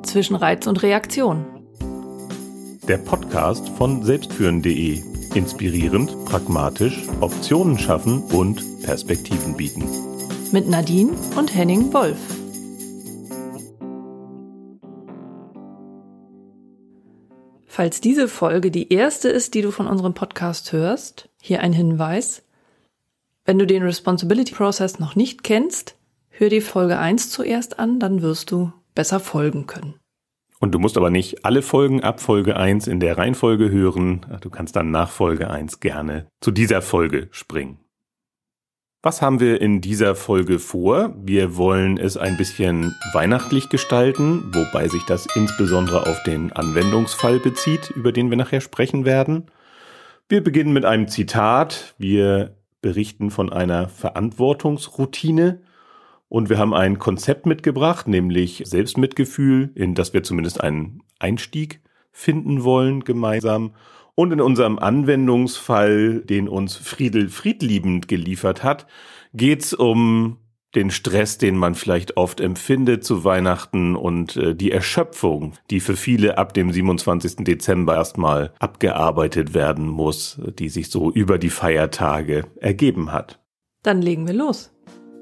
zwischen Reiz und Reaktion. Der Podcast von selbstführen.de. Inspirierend, pragmatisch, Optionen schaffen und Perspektiven bieten. Mit Nadine und Henning Wolf. Falls diese Folge die erste ist, die du von unserem Podcast hörst, hier ein Hinweis. Wenn du den Responsibility Process noch nicht kennst, hör die Folge 1 zuerst an, dann wirst du besser folgen können. Und du musst aber nicht alle Folgen ab Folge 1 in der Reihenfolge hören. Du kannst dann nach Folge 1 gerne zu dieser Folge springen. Was haben wir in dieser Folge vor? Wir wollen es ein bisschen weihnachtlich gestalten, wobei sich das insbesondere auf den Anwendungsfall bezieht, über den wir nachher sprechen werden. Wir beginnen mit einem Zitat. Wir berichten von einer Verantwortungsroutine. Und wir haben ein Konzept mitgebracht, nämlich Selbstmitgefühl, in das wir zumindest einen Einstieg finden wollen gemeinsam. Und in unserem Anwendungsfall, den uns Friedel friedliebend geliefert hat, geht's um den Stress, den man vielleicht oft empfindet zu Weihnachten und die Erschöpfung, die für viele ab dem 27. Dezember erstmal abgearbeitet werden muss, die sich so über die Feiertage ergeben hat. Dann legen wir los.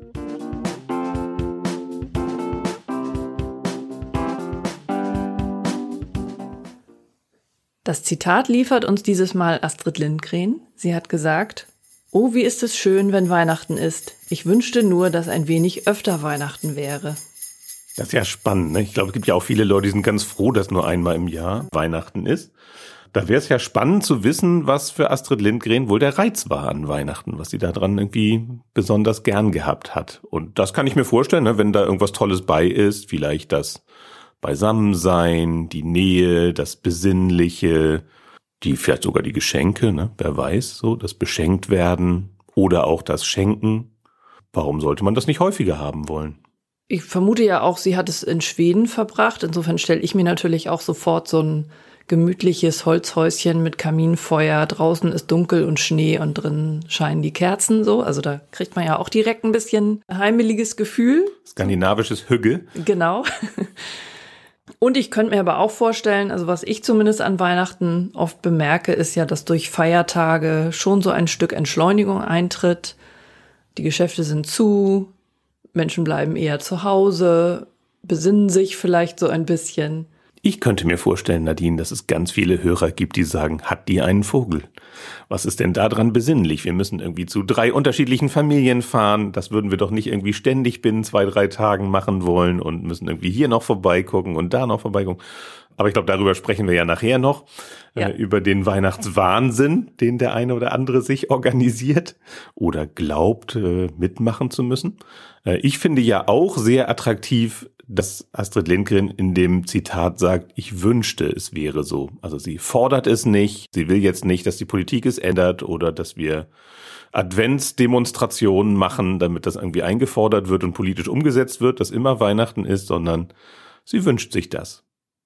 Das Zitat liefert uns dieses Mal Astrid Lindgren. Sie hat gesagt: Oh, wie ist es schön, wenn Weihnachten ist. Ich wünschte nur, dass ein wenig öfter Weihnachten wäre. Das ist ja spannend, ne? Ich glaube, es gibt ja auch viele Leute, die sind ganz froh, dass nur einmal im Jahr Weihnachten ist. Da wäre es ja spannend zu wissen, was für Astrid Lindgren wohl der Reiz war an Weihnachten, was sie daran irgendwie besonders gern gehabt hat. Und das kann ich mir vorstellen, ne? Wenn da irgendwas Tolles bei ist, vielleicht das Beisammensein, die Nähe, das Besinnliche, vielleicht sogar die Geschenke, ne? Wer weiß, so das Beschenkt-werden oder auch das Schenken. Warum sollte man das nicht häufiger haben wollen? Ich vermute ja auch, sie hat es in Schweden verbracht. Insofern stelle ich mir natürlich auch sofort so ein gemütliches Holzhäuschen mit Kaminfeuer. Draußen ist dunkel und Schnee und drin scheinen die Kerzen so. Also da kriegt man ja auch direkt ein bisschen heimeliges Gefühl. Skandinavisches Hügge. Genau. Und ich könnte mir aber auch vorstellen, also was ich zumindest an Weihnachten oft bemerke, ist ja, dass durch Feiertage schon so ein Stück Entschleunigung eintritt. Die Geschäfte sind zu, Menschen bleiben eher zu Hause, besinnen sich vielleicht so ein bisschen. Ich könnte mir vorstellen, Nadine, dass es ganz viele Hörer gibt, die sagen, hat die einen Vogel? Was ist denn da dran besinnlich? Wir müssen irgendwie zu 3 unterschiedlichen Familien fahren. Das würden wir doch nicht irgendwie ständig binnen 2-3 Tagen machen wollen und müssen irgendwie hier noch vorbeigucken und da noch vorbeigucken. Aber ich glaube, darüber sprechen wir ja nachher noch, ja. Über den Weihnachtswahnsinn, den der eine oder andere sich organisiert oder glaubt, mitmachen zu müssen. Ich finde ja auch sehr attraktiv, dass Astrid Lindgren in dem Zitat sagt, ich wünschte, es wäre so. Also sie fordert es nicht, sie will jetzt nicht, dass die Politik es ändert oder dass wir Adventsdemonstrationen machen, damit das irgendwie eingefordert wird und politisch umgesetzt wird, dass immer Weihnachten ist, sondern sie wünscht sich das.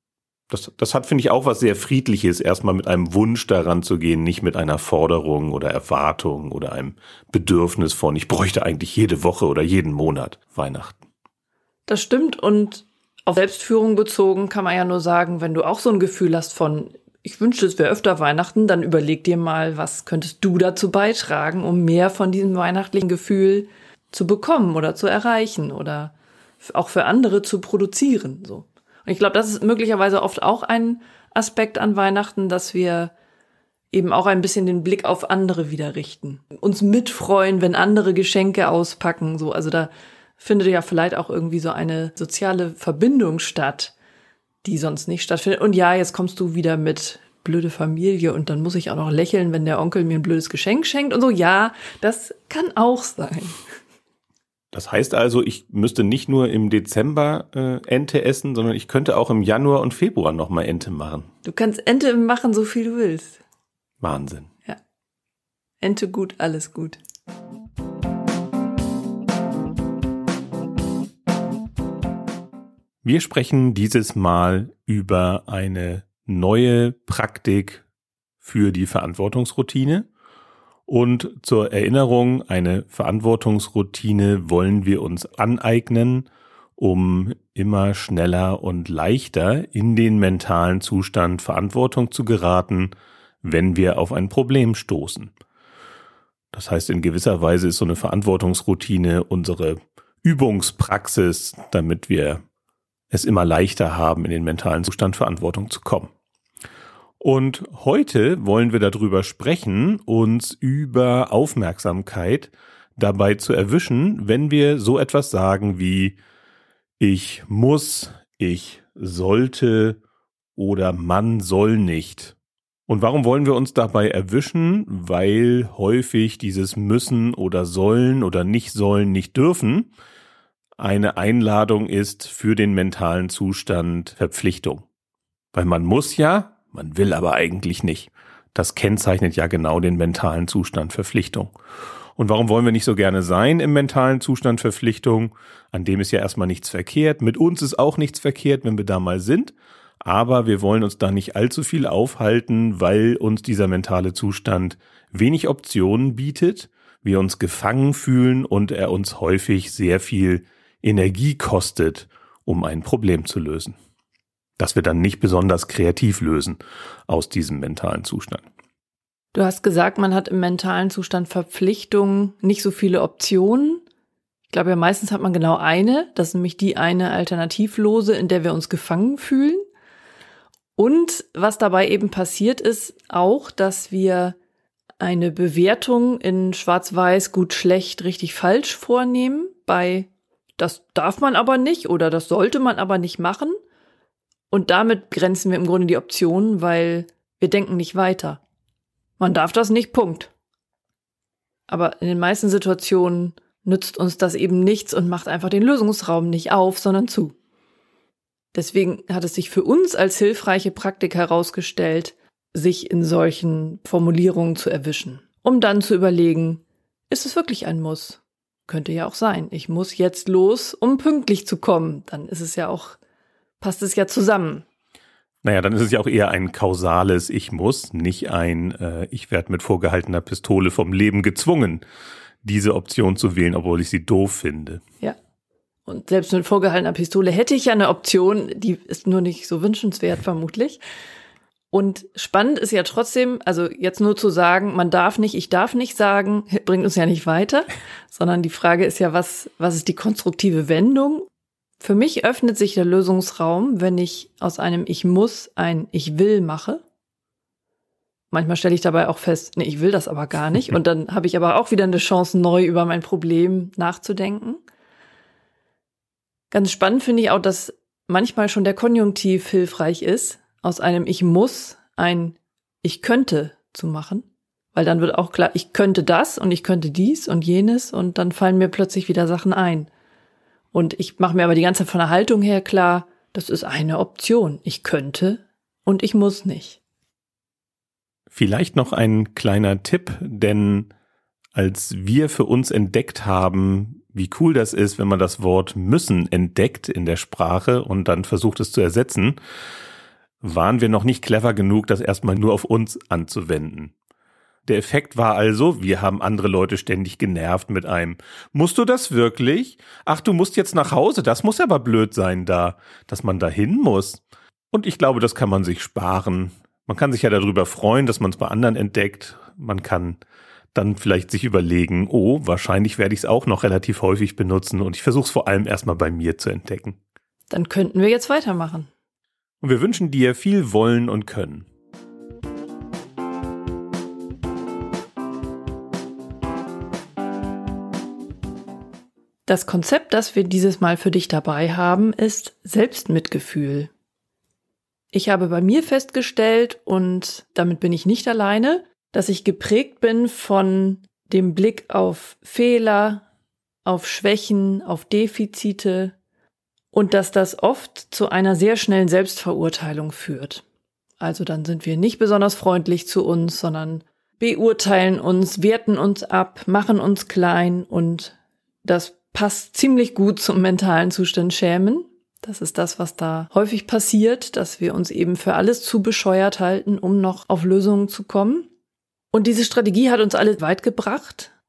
Das hat, finde ich, auch was sehr Friedliches, erstmal mit einem Wunsch daran zu gehen, nicht mit einer Forderung oder Erwartung oder einem Bedürfnis von, ich bräuchte eigentlich jede Woche oder jeden Monat Weihnachten. Das stimmt, und auf Selbstführung bezogen kann man ja nur sagen, wenn du auch so ein Gefühl hast von, ich wünschte, es wäre öfter Weihnachten, dann überleg dir mal, was könntest du dazu beitragen, um mehr von diesem weihnachtlichen Gefühl zu bekommen oder zu erreichen oder auch für andere zu produzieren, so. Und ich glaube, das ist möglicherweise oft auch ein Aspekt an Weihnachten, dass wir eben auch ein bisschen den Blick auf andere wieder richten. Uns mitfreuen, wenn andere Geschenke auspacken, so. Also da findet ja vielleicht auch irgendwie so eine soziale Verbindung statt, die sonst nicht stattfindet. Und ja, jetzt kommst du wieder mit blöde Familie und dann muss ich auch noch lächeln, wenn der Onkel mir ein blödes Geschenk schenkt und so. Ja, das kann auch sein. Das heißt also, ich müsste nicht nur im Dezember Ente essen, sondern ich könnte auch im Januar und Februar nochmal Ente machen. Du kannst Ente machen, so viel du willst. Wahnsinn. Ja. Ente gut, alles gut. Wir sprechen dieses Mal über eine neue Praktik für die Verantwortungsroutine. Und zur Erinnerung, eine Verantwortungsroutine wollen wir uns aneignen, um immer schneller und leichter in den mentalen Zustand Verantwortung zu geraten, wenn wir auf ein Problem stoßen. Das heißt, in gewisser Weise ist so eine Verantwortungsroutine unsere Übungspraxis, damit wir es immer leichter haben, in den mentalen Zustand Verantwortung zu kommen. Und heute wollen wir darüber sprechen, uns über Aufmerksamkeit dabei zu erwischen, wenn wir so etwas sagen wie ich muss, ich sollte oder man soll nicht. Und warum wollen wir uns dabei erwischen? Weil häufig dieses müssen oder sollen oder nicht sollen, nicht dürfen eine Einladung ist für den mentalen Zustand Verpflichtung. Weil man muss ja, man will aber eigentlich nicht. Das kennzeichnet ja genau den mentalen Zustand Verpflichtung. Und warum wollen wir nicht so gerne sein im mentalen Zustand Verpflichtung? An dem ist ja erstmal nichts verkehrt. Mit uns ist auch nichts verkehrt, wenn wir da mal sind. Aber wir wollen uns da nicht allzu viel aufhalten, weil uns dieser mentale Zustand wenig Optionen bietet, wir uns gefangen fühlen und er uns häufig sehr viel Energie kostet, um ein Problem zu lösen. Das wir dann nicht besonders kreativ lösen aus diesem mentalen Zustand. Du hast gesagt, man hat im mentalen Zustand Verpflichtungen nicht so viele Optionen. Ich glaube ja, meistens hat man genau eine, das ist nämlich die eine Alternativlose, in der wir uns gefangen fühlen. Und was dabei eben passiert ist auch, dass wir eine Bewertung in Schwarz-Weiß, gut, schlecht, richtig, falsch vornehmen. Bei das darf man aber nicht oder das sollte man aber nicht machen. Und damit grenzen wir im Grunde die Optionen, weil wir denken nicht weiter. Man darf das nicht, Punkt. Aber in den meisten Situationen nützt uns das eben nichts und macht einfach den Lösungsraum nicht auf, sondern zu. Deswegen hat es sich für uns als hilfreiche Praktik herausgestellt, sich in solchen Formulierungen zu erwischen, um dann zu überlegen, ist es wirklich ein Muss? Könnte ja auch sein, ich muss jetzt los, um pünktlich zu kommen. Dann ist es ja auch, passt es ja zusammen. Naja, dann ist es ja auch eher ein kausales Ich muss, nicht ein ich werde mit vorgehaltener Pistole vom Leben gezwungen, diese Option zu wählen, obwohl ich sie doof finde. Ja. Und selbst mit vorgehaltener Pistole hätte ich ja eine Option, die ist nur nicht so wünschenswert vermutlich. Und spannend ist ja trotzdem, also jetzt nur zu sagen, man darf nicht, ich darf nicht sagen, bringt uns ja nicht weiter, sondern die Frage ist ja, was ist die konstruktive Wendung? Für mich öffnet sich der Lösungsraum, wenn ich aus einem Ich muss ein Ich will mache. Manchmal stelle ich dabei auch fest, nee, ich will das aber gar nicht. Und dann habe ich aber auch wieder eine Chance, neu über mein Problem nachzudenken. Ganz spannend finde ich auch, dass manchmal schon der Konjunktiv hilfreich ist, aus einem Ich muss ein Ich könnte zu machen. Weil dann wird auch klar, ich könnte das und ich könnte dies und jenes und dann fallen mir plötzlich wieder Sachen ein. Und ich mache mir aber die ganze Zeit von der Haltung her klar, das ist eine Option. Ich könnte und ich muss nicht. Vielleicht noch ein kleiner Tipp, denn als wir für uns entdeckt haben, wie cool das ist, wenn man das Wort müssen entdeckt in der Sprache und dann versucht es zu ersetzen, waren wir noch nicht clever genug, das erstmal nur auf uns anzuwenden. Der Effekt war also, wir haben andere Leute ständig genervt mit einem musst du das wirklich? Ach, du musst jetzt nach Hause, das muss aber blöd sein da, dass man da hin muss. Und ich glaube, das kann man sich sparen. Man kann sich ja darüber freuen, dass man es bei anderen entdeckt. Man kann dann vielleicht sich überlegen, oh, wahrscheinlich werde ich es auch noch relativ häufig benutzen und ich versuche es vor allem erstmal bei mir zu entdecken. Dann könnten wir jetzt weitermachen. Und wir wünschen dir viel Wollen und Können. Das Konzept, das wir dieses Mal für dich dabei haben, ist Selbstmitgefühl. Ich habe bei mir festgestellt, und damit bin ich nicht alleine, dass ich geprägt bin von dem Blick auf Fehler, auf Schwächen, auf Defizite und dass das oft zu einer sehr schnellen Selbstverurteilung führt. Also dann sind wir nicht besonders freundlich zu uns, sondern beurteilen uns, werten uns ab, machen uns klein und das passt ziemlich gut zum mentalen Zustand Schämen. Das ist das, was da häufig passiert, dass wir uns eben für alles zu bescheuert halten, um noch auf Lösungen zu kommen. Und diese Strategie hat uns alle weit gebracht.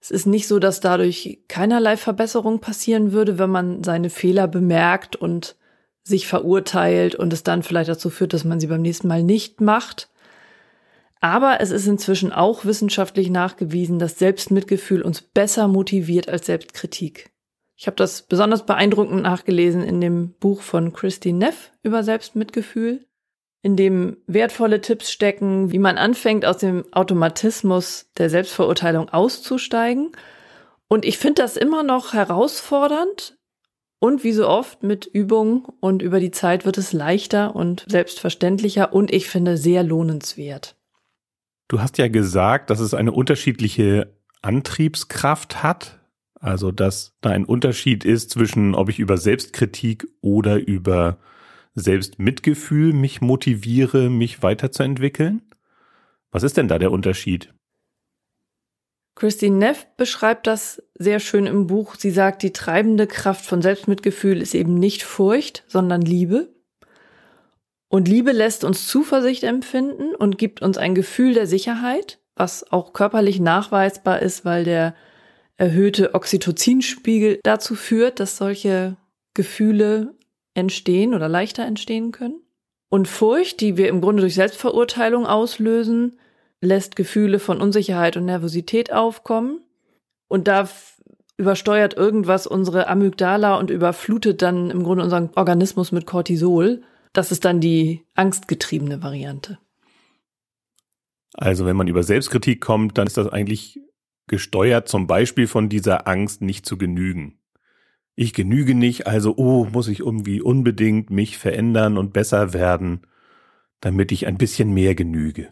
Es ist nicht so, dass dadurch keinerlei Verbesserung passieren würde, wenn man seine Fehler bemerkt und sich verurteilt und es dann vielleicht dazu führt, dass man sie beim nächsten Mal nicht macht. Aber es ist inzwischen auch wissenschaftlich nachgewiesen, dass Selbstmitgefühl uns besser motiviert als Selbstkritik. Ich habe das besonders beeindruckend nachgelesen in dem Buch von Kristin Neff über Selbstmitgefühl, in dem wertvolle Tipps stecken, wie man anfängt, aus dem Automatismus der Selbstverurteilung auszusteigen. Und ich finde das immer noch herausfordernd und wie so oft mit Übung und über die Zeit wird es leichter und selbstverständlicher und ich finde sehr lohnenswert. Du hast ja gesagt, dass es eine unterschiedliche Antriebskraft hat, also dass da ein Unterschied ist zwischen, ob ich über Selbstkritik oder über Selbstmitgefühl mich motiviere, mich weiterzuentwickeln. Was ist denn da der Unterschied? Kristin Neff beschreibt das sehr schön im Buch. Sie sagt, die treibende Kraft von Selbstmitgefühl ist eben nicht Furcht, sondern Liebe. Und Liebe lässt uns Zuversicht empfinden und gibt uns ein Gefühl der Sicherheit, was auch körperlich nachweisbar ist, weil der erhöhte Oxytocinspiegel dazu führt, dass solche Gefühle entstehen oder leichter entstehen können. Und Furcht, die wir im Grunde durch Selbstverurteilung auslösen, lässt Gefühle von Unsicherheit und Nervosität aufkommen. Und da übersteuert irgendwas unsere Amygdala und überflutet dann im Grunde unseren Organismus mit Cortisol. Das ist dann die angstgetriebene Variante. Also wenn man über Selbstkritik kommt, dann ist das eigentlich gesteuert zum Beispiel von dieser Angst, nicht zu genügen. Ich genüge nicht, also muss ich irgendwie unbedingt mich verändern und besser werden, damit ich ein bisschen mehr genüge.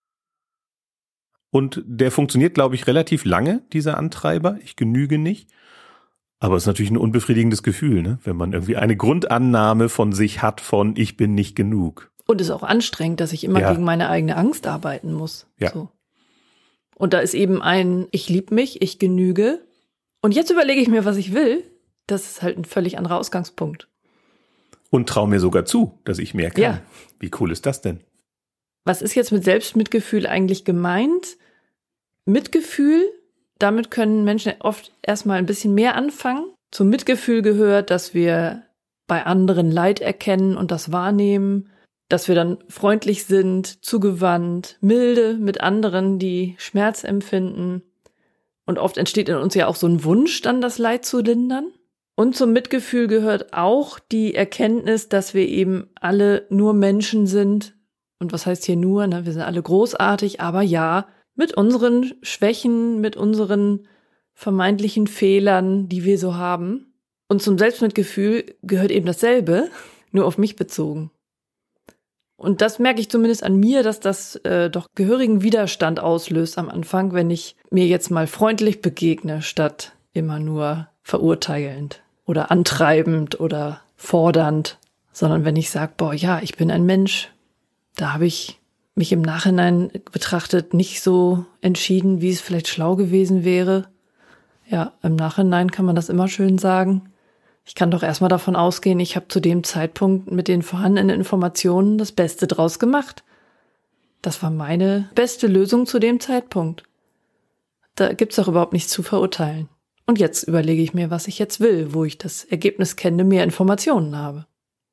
Und der funktioniert, glaube ich, relativ lange, dieser Antreiber. Ich genüge nicht. Aber es ist natürlich ein unbefriedigendes Gefühl, ne? Wenn man irgendwie eine Grundannahme von sich hat von ich bin nicht genug. Und es ist auch anstrengend, dass ich immer gegen meine eigene Angst arbeiten muss. Ja. So. Und da ist eben ich liebe mich, ich genüge. Und jetzt überlege ich mir, was ich will. Das ist halt ein völlig anderer Ausgangspunkt. Und traue mir sogar zu, dass ich mehr kann. Ja. Wie cool ist das denn? Was ist jetzt mit Selbstmitgefühl eigentlich gemeint? Mitgefühl, damit können Menschen oft erstmal ein bisschen mehr anfangen. Zum Mitgefühl gehört, dass wir bei anderen Leid erkennen und das wahrnehmen, dass wir dann freundlich sind, zugewandt, milde mit anderen, die Schmerz empfinden. Und oft entsteht in uns ja auch so ein Wunsch, dann das Leid zu lindern. Und zum Mitgefühl gehört auch die Erkenntnis, dass wir eben alle nur Menschen sind. Und was heißt hier nur? Ne? Wir sind alle großartig, aber ja, mit unseren Schwächen, mit unseren vermeintlichen Fehlern, die wir so haben. Und zum Selbstmitgefühl gehört eben dasselbe, nur auf mich bezogen. Und das merke ich zumindest an mir, dass das doch gehörigen Widerstand auslöst am Anfang, wenn ich mir jetzt mal freundlich begegne, statt immer nur verurteilend oder antreibend oder fordernd, sondern wenn ich sage, ich bin ein Mensch, da habe ich mich im Nachhinein betrachtet nicht so entschieden, wie es vielleicht schlau gewesen wäre. Ja, im Nachhinein kann man das immer schön sagen. Ich kann doch erstmal davon ausgehen, ich habe zu dem Zeitpunkt mit den vorhandenen Informationen das Beste draus gemacht. Das war meine beste Lösung zu dem Zeitpunkt. Da gibt's doch überhaupt nichts zu verurteilen. Und jetzt überlege ich mir, was ich jetzt will, wo ich das Ergebnis kenne, mehr Informationen habe.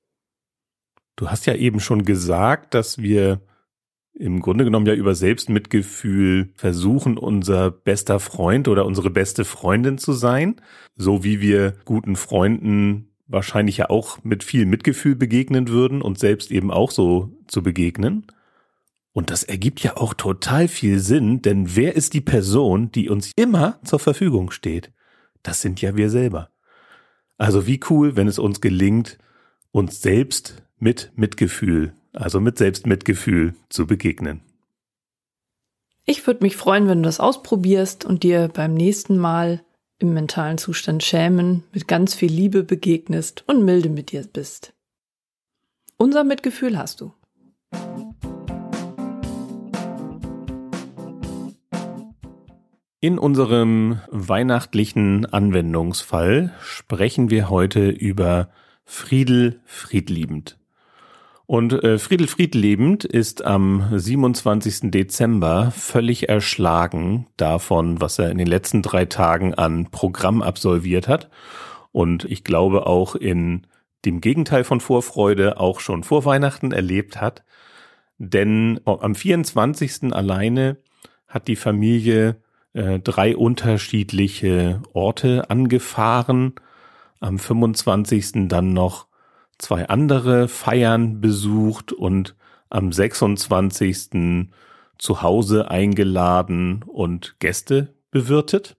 Du hast ja eben schon gesagt, dass wir im Grunde genommen ja über Selbstmitgefühl versuchen, unser bester Freund oder unsere beste Freundin zu sein, so wie wir guten Freunden wahrscheinlich ja auch mit viel Mitgefühl begegnen würden und selbst eben auch so zu begegnen. Und das ergibt ja auch total viel Sinn, denn wer ist die Person, die uns immer zur Verfügung steht? Das sind ja wir selber. Also wie cool, wenn es uns gelingt, uns selbst mit Mitgefühl, also mit Selbstmitgefühl zu begegnen. Ich würde mich freuen, wenn du das ausprobierst und dir beim nächsten Mal im mentalen Zustand schämen, mit ganz viel Liebe begegnest und milde mit dir bist. Unser Mitgefühl hast du. In unserem weihnachtlichen Anwendungsfall sprechen wir heute über Friedel friedliebend. Und Friedel Friedlebend ist am 27. Dezember völlig erschlagen davon, was er in den letzten 3 Tagen an Programm absolviert hat. Und ich glaube auch in dem Gegenteil von Vorfreude auch schon vor Weihnachten erlebt hat. Denn am 24. alleine hat die Familie 3 unterschiedliche Orte angefahren. Am 25. dann noch 2 andere Feiern besucht und am 26. zu Hause eingeladen und Gäste bewirtet.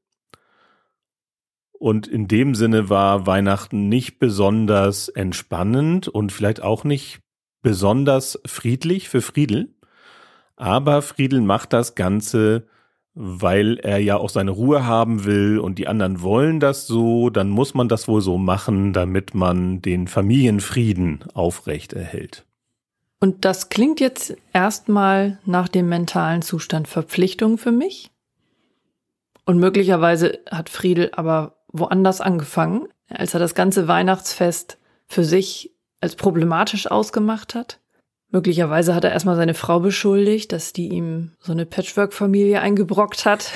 Und in dem Sinne war Weihnachten nicht besonders entspannend und vielleicht auch nicht besonders friedlich für Friedel. Aber Friedel macht das Ganze, weil er ja auch seine Ruhe haben will und die anderen wollen das so, dann muss man das wohl so machen, damit man den Familienfrieden aufrecht erhält. Und das klingt jetzt erstmal nach dem mentalen Zustand Verpflichtung für mich. Und möglicherweise hat Friedel aber woanders angefangen, als er das ganze Weihnachtsfest für sich als problematisch ausgemacht hat. Möglicherweise hat er erstmal seine Frau beschuldigt, dass die ihm so eine Patchwork-Familie eingebrockt hat.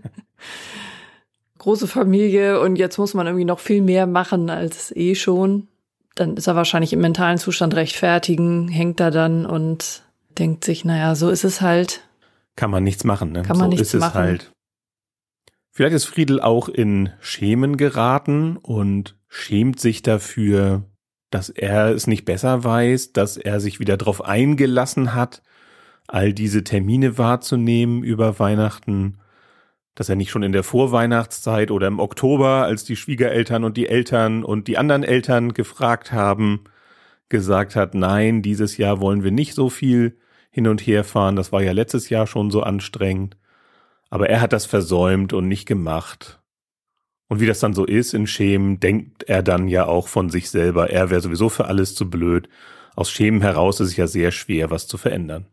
Große Familie und jetzt muss man irgendwie noch viel mehr machen als schon. Dann ist er wahrscheinlich im mentalen Zustand rechtfertigen, hängt da dann und denkt sich, naja, so ist es halt. Kann man nichts machen, ne? Kann man so nichts ist machen. Es halt. Vielleicht ist Friedel auch in Schemen geraten und schämt sich dafür, dass er es nicht besser weiß, dass er sich wieder drauf eingelassen hat, all diese Termine wahrzunehmen über Weihnachten, dass er nicht schon in der Vorweihnachtszeit oder im Oktober, als die Schwiegereltern und die Eltern und die anderen Eltern gefragt haben, gesagt hat, nein, dieses Jahr wollen wir nicht so viel hin und her fahren, das war ja letztes Jahr schon so anstrengend. Aber er hat das versäumt und nicht gemacht. Und wie das dann so ist in Schemen, denkt er dann ja auch von sich selber, er wäre sowieso für alles zu blöd. Aus Schemen heraus ist es ja sehr schwer, was zu verändern.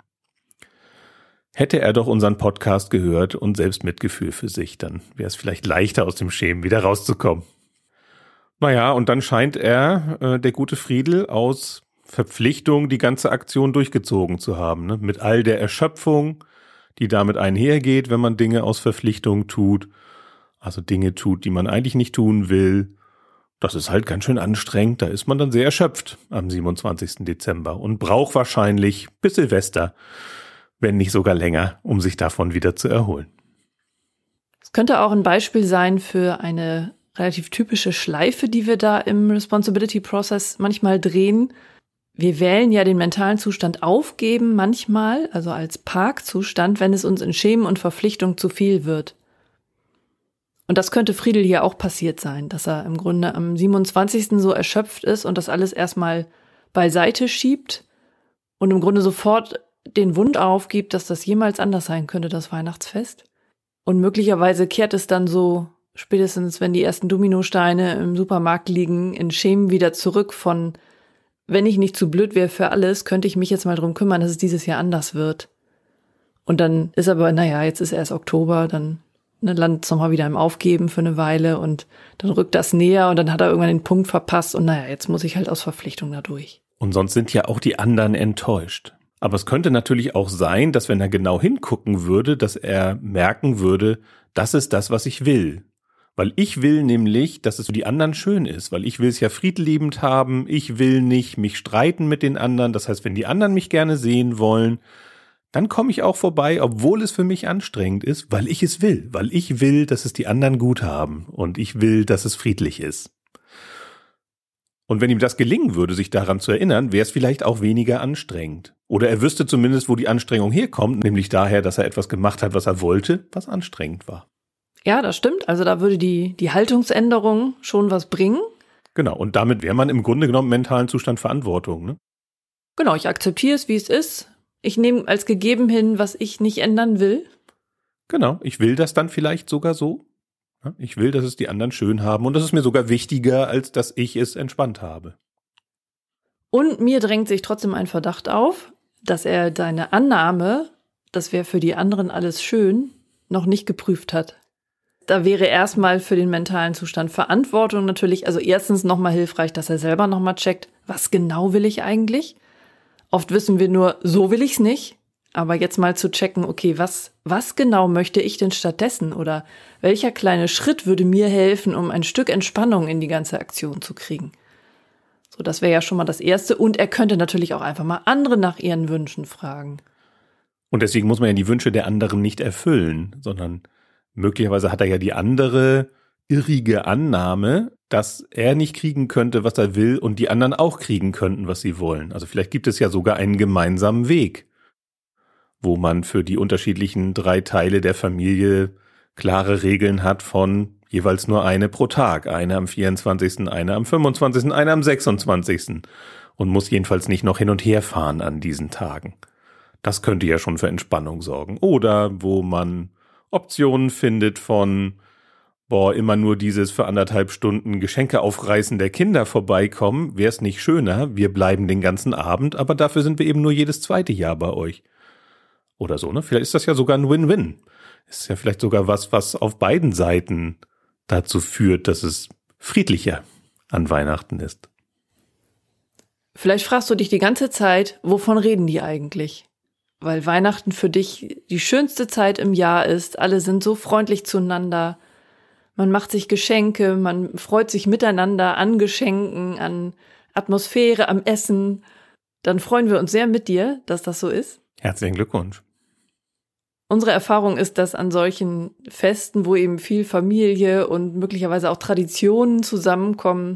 Hätte er doch unseren Podcast gehört und selbst Mitgefühl für sich, dann wäre es vielleicht leichter, aus dem Schemen wieder rauszukommen. Naja, und dann scheint er, der gute Friedel, aus Verpflichtung die ganze Aktion durchgezogen zu haben, ne? Mit all der Erschöpfung, die damit einhergeht, wenn man Dinge aus Verpflichtung tut. Also Dinge tut, die man eigentlich nicht tun will. Das ist halt ganz schön anstrengend. Da ist man dann sehr erschöpft am 27. Dezember und braucht wahrscheinlich bis Silvester, wenn nicht sogar länger, um sich davon wieder zu erholen. Es könnte auch ein Beispiel sein für eine relativ typische Schleife, die wir da im Responsibility Process manchmal drehen. Wir wählen ja den mentalen Zustand aufgeben manchmal, also als Parkzustand, wenn es uns in Schemen und Verpflichtung zu viel wird. Und das könnte Friedel hier auch passiert sein, dass er im Grunde am 27. so erschöpft ist und das alles erstmal beiseite schiebt und im Grunde sofort den Wunsch aufgibt, dass das jemals anders sein könnte, das Weihnachtsfest. Und möglicherweise kehrt es dann so, spätestens wenn die ersten Dominosteine im Supermarkt liegen, in Schemen wieder zurück von, wenn ich nicht zu blöd wäre für alles, könnte ich mich jetzt mal drum kümmern, dass es dieses Jahr anders wird. Und dann ist aber, naja, jetzt ist erst Oktober, dann landet es nochmal wieder im Aufgeben für eine Weile und dann rückt das näher und dann hat er irgendwann den Punkt verpasst und naja, jetzt muss ich halt aus Verpflichtung da durch. Und sonst sind ja auch die anderen enttäuscht. Aber es könnte natürlich auch sein, dass wenn er genau hingucken würde, dass er merken würde, das ist das, was ich will. Weil ich will nämlich, dass es für die anderen schön ist, weil ich will es ja friedliebend haben, ich will nicht mich streiten mit den anderen. Das heißt, wenn die anderen mich gerne sehen wollen, dann komme ich auch vorbei, obwohl es für mich anstrengend ist, weil ich es will. Weil ich will, dass es die anderen gut haben und ich will, dass es friedlich ist. Und wenn ihm das gelingen würde, sich daran zu erinnern, wäre es vielleicht auch weniger anstrengend. Oder er wüsste zumindest, wo die Anstrengung herkommt, nämlich daher, dass er etwas gemacht hat, was er wollte, was anstrengend war. Ja, das stimmt. Also da würde die Haltungsänderung schon was bringen. Genau, und damit wäre man im Grunde genommen im mentalen Zustand Verantwortung, ne? Genau, ich akzeptiere es, wie es ist. Ich nehme als gegeben hin, was ich nicht ändern will. Genau, ich will das dann vielleicht sogar so. Ich will, dass es die anderen schön haben und das ist mir sogar wichtiger, als dass ich es entspannt habe. Und mir drängt sich trotzdem ein Verdacht auf, dass er seine Annahme, das wäre für die anderen alles schön, noch nicht geprüft hat. Da wäre erstmal für den mentalen Zustand Verantwortung natürlich, also erstens nochmal hilfreich, dass er selber nochmal checkt, was genau will ich eigentlich? Oft wissen wir nur, so will ich's nicht. Aber jetzt mal zu checken, okay, was genau möchte ich denn stattdessen? Oder welcher kleine Schritt würde mir helfen, um ein Stück Entspannung in die ganze Aktion zu kriegen? So, das wäre ja schon mal das Erste. Und er könnte natürlich auch einfach mal andere nach ihren Wünschen fragen. Und deswegen muss man ja die Wünsche der anderen nicht erfüllen, sondern möglicherweise hat er ja die andere irrige Annahme, dass er nicht kriegen könnte, was er will und die anderen auch kriegen könnten, was sie wollen. Also vielleicht gibt es ja sogar einen gemeinsamen Weg, wo man für die unterschiedlichen 3 Teile der Familie klare Regeln hat von jeweils nur eine pro Tag. Eine am 24., eine am 25., eine am 26. Und muss jedenfalls nicht noch hin und her fahren an diesen Tagen. Das könnte ja schon für Entspannung sorgen. Oder wo man Optionen findet von, immer nur dieses für 1,5 Stunden Geschenke aufreißen der Kinder vorbeikommen. Wäre es nicht schöner? Wir bleiben den ganzen Abend, aber dafür sind wir eben nur jedes 2. Jahr bei euch. Oder so, ne? Vielleicht ist das ja sogar ein Win-Win. Ist ja vielleicht sogar was auf beiden Seiten dazu führt, dass es friedlicher an Weihnachten ist. Vielleicht fragst du dich die ganze Zeit, wovon reden die eigentlich? Weil Weihnachten für dich die schönste Zeit im Jahr ist. Alle sind so freundlich zueinander. Man macht sich Geschenke, man freut sich miteinander an Geschenken, an Atmosphäre, am Essen. Dann freuen wir uns sehr mit dir, dass das so ist. Herzlichen Glückwunsch. Unsere Erfahrung ist, dass an solchen Festen, wo eben viel Familie und möglicherweise auch Traditionen zusammenkommen,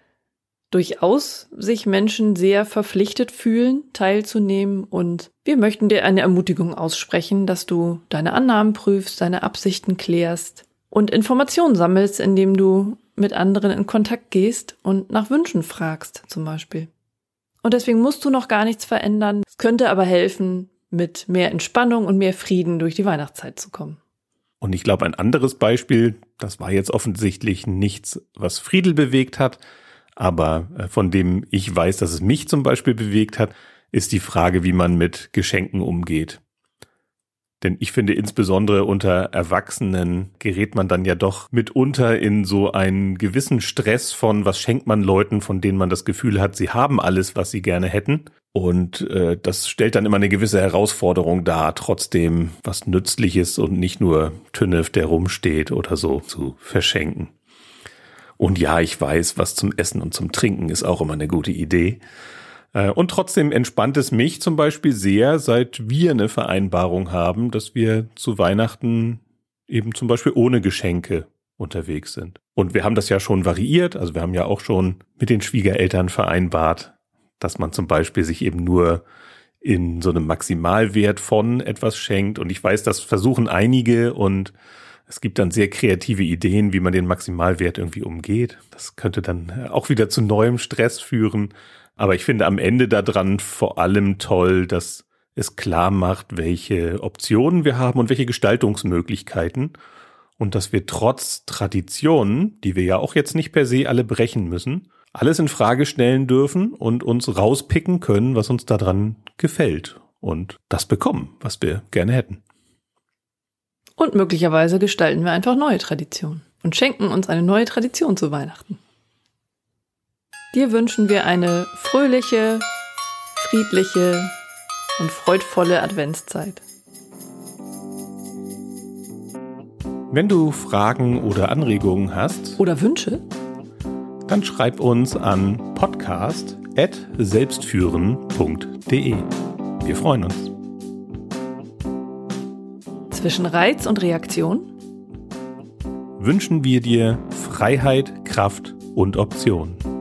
durchaus sich Menschen sehr verpflichtet fühlen, teilzunehmen. Und wir möchten dir eine Ermutigung aussprechen, dass du deine Annahmen prüfst, deine Absichten klärst und Informationen sammelst, indem du mit anderen in Kontakt gehst und nach Wünschen fragst zum Beispiel. Und deswegen musst du noch gar nichts verändern. Es könnte aber helfen, mit mehr Entspannung und mehr Frieden durch die Weihnachtszeit zu kommen. Und ich glaube, ein anderes Beispiel, das war jetzt offensichtlich nichts, was Friedel bewegt hat, aber von dem ich weiß, dass es mich zum Beispiel bewegt hat, ist die Frage, wie man mit Geschenken umgeht. Denn ich finde, insbesondere unter Erwachsenen gerät man dann ja doch mitunter in so einen gewissen Stress von, was schenkt man Leuten, von denen man das Gefühl hat, sie haben alles, was sie gerne hätten. Und das stellt dann immer eine gewisse Herausforderung dar, trotzdem was Nützliches und nicht nur Tünnef, der rumsteht oder so, zu verschenken. Und ja, ich weiß, was zum Essen und zum Trinken ist auch immer eine gute Idee. Und trotzdem entspannt es mich zum Beispiel sehr, seit wir eine Vereinbarung haben, dass wir zu Weihnachten eben zum Beispiel ohne Geschenke unterwegs sind. Und wir haben das ja schon variiert, also wir haben ja auch schon mit den Schwiegereltern vereinbart, dass man zum Beispiel sich eben nur in so einem Maximalwert von etwas schenkt. Und ich weiß, das versuchen einige und es gibt dann sehr kreative Ideen, wie man den Maximalwert irgendwie umgeht. Das könnte dann auch wieder zu neuem Stress führen. Aber ich finde am Ende daran vor allem toll, dass es klar macht, welche Optionen wir haben und welche Gestaltungsmöglichkeiten. Und dass wir trotz Traditionen, die wir ja auch jetzt nicht per se alle brechen müssen, alles in Frage stellen dürfen und uns rauspicken können, was uns daran gefällt. Und das bekommen, was wir gerne hätten. Und möglicherweise gestalten wir einfach neue Traditionen und schenken uns eine neue Tradition zu Weihnachten. Dir wünschen wir eine fröhliche, friedliche und freudvolle Adventszeit. Wenn du Fragen oder Anregungen hast oder Wünsche, dann schreib uns an podcast@selbstführen.de. Wir freuen uns. Zwischen Reiz und Reaktion wünschen wir dir Freiheit, Kraft und Option.